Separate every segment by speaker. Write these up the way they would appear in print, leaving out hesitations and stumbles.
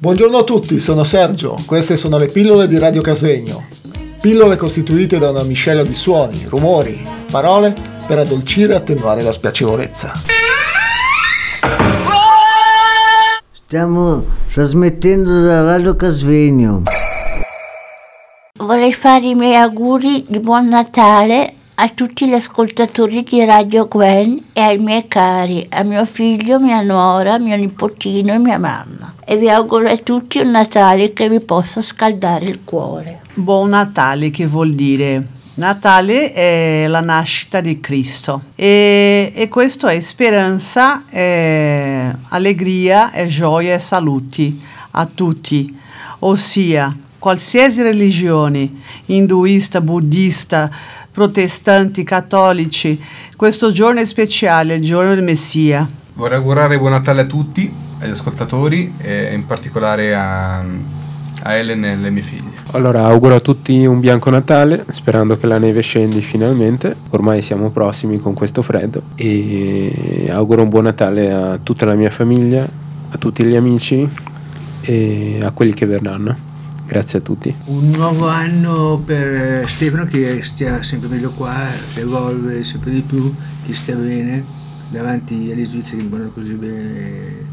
Speaker 1: Buongiorno a tutti, sono Sergio, queste sono le pillole di Radio Casvegno. Pillole costituite da una miscela di suoni, rumori, parole per addolcire e attenuare la spiacevolezza.
Speaker 2: Stiamo trasmettendo da Radio Casvegno.
Speaker 3: Vorrei fare i miei auguri di buon Natale a tutti gli ascoltatori di Radio Gwen e ai miei cari, a mio figlio, mia nuora, mio nipotino e mia mamma. E vi auguro a tutti un Natale che vi possa scaldare il cuore.
Speaker 4: Buon Natale, che vuol dire? Natale è la nascita di Cristo e questo è speranza, allegria e gioia e saluti a tutti, ossia qualsiasi religione, induista, buddista, protestanti, cattolici, questo giorno è speciale, il giorno del Messia.
Speaker 5: Vorrei augurare buon Natale a tutti, agli ascoltatori e in particolare a Ellen e alle mie figlie.
Speaker 6: Allora auguro a tutti un bianco Natale, sperando che la neve scendi finalmente, ormai siamo prossimi con questo freddo, e auguro un buon Natale a tutta la mia famiglia, a tutti gli amici e a quelli che verranno. Grazie a tutti.
Speaker 7: Un nuovo anno per Stefano, che stia sempre meglio qua, evolve sempre di più, che stia bene davanti agli svizzeri che vanno così bene,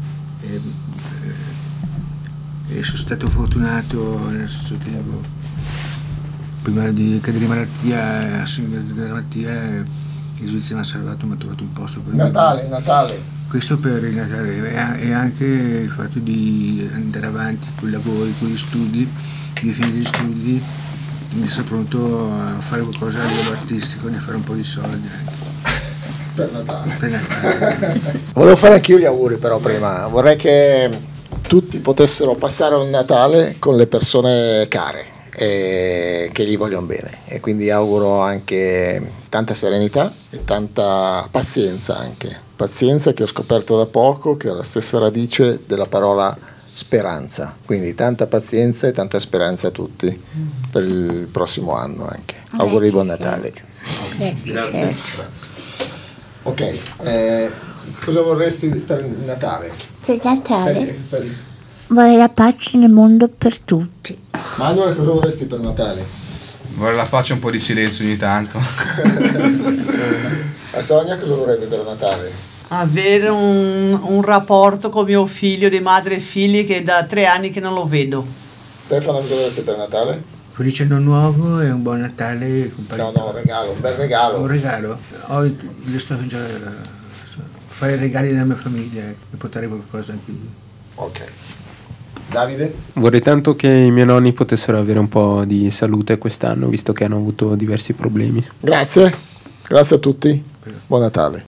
Speaker 7: e sono stato fortunato nel stesso tempo. Prima di cadere in malattia, gli svizzeri mi hanno salvato, mi hanno trovato un posto per
Speaker 1: Natale.
Speaker 7: Questo per il Natale, e anche il fatto di andare avanti con i lavori, con gli studi, di finire gli studi, di essere pronto a fare qualcosa a livello artistico, di fare un po' di soldi.
Speaker 1: Per Natale. Volevo fare anch'io gli auguri, però prima vorrei che tutti potessero passare un Natale con le persone care e che gli vogliono bene, e quindi auguro anche tanta serenità e tanta pazienza, anche pazienza, che ho scoperto da poco che è la stessa radice della parola speranza, quindi tanta pazienza e tanta speranza a tutti per il prossimo anno anche. Auguri di buon Natale.
Speaker 3: Grazie.
Speaker 1: Ok, cosa vorresti per il Natale?
Speaker 3: Per Natale vorrei la pace nel mondo per tutti.
Speaker 1: Manuel, cosa vorresti per Natale?
Speaker 5: Vorrei la pace e un po' di silenzio ogni tanto.
Speaker 1: A Sonia cosa vorrebbe per Natale?
Speaker 4: Avere un rapporto con mio figlio di madre e figli, che è da 3 anni che non lo vedo.
Speaker 1: Stefano, cosa vorresti per Natale?
Speaker 7: Felice anno nuovo e un buon Natale.
Speaker 1: No, un regalo, un bel regalo.
Speaker 7: Un regalo? Io sto già fare regali nella mia famiglia e portare qualcosa anche io.
Speaker 1: Ok. Davide?
Speaker 6: Vorrei tanto che i miei nonni potessero avere un po' di salute quest'anno, visto che hanno avuto diversi problemi.
Speaker 1: Grazie a tutti, buon Natale.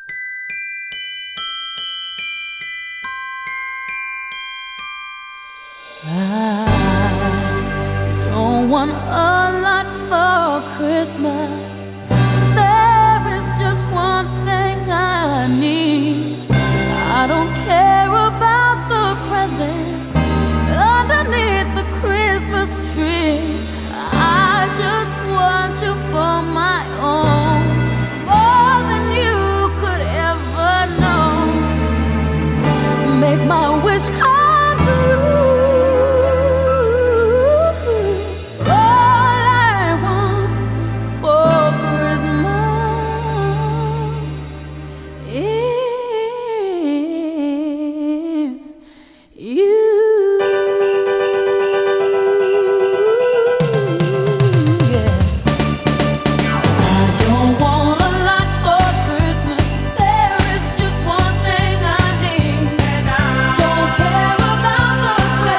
Speaker 8: I don't want a lot for Christmas. There is just one thing I need. I don't care about the presents underneath the Christmas tree. I just want you for my own, more than you could ever know. Make my wish come true.
Speaker 9: Don't care about the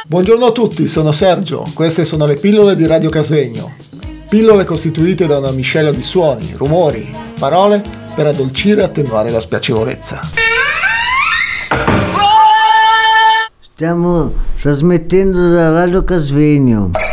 Speaker 1: Buongiorno a tutti, sono Sergio, queste sono le pillole di Radio Casvegno. Pillole costituite da una miscela di suoni, rumori, parole per addolcire e attenuare la spiacevolezza.
Speaker 2: Stiamo trasmettendo da Radio Casvegno.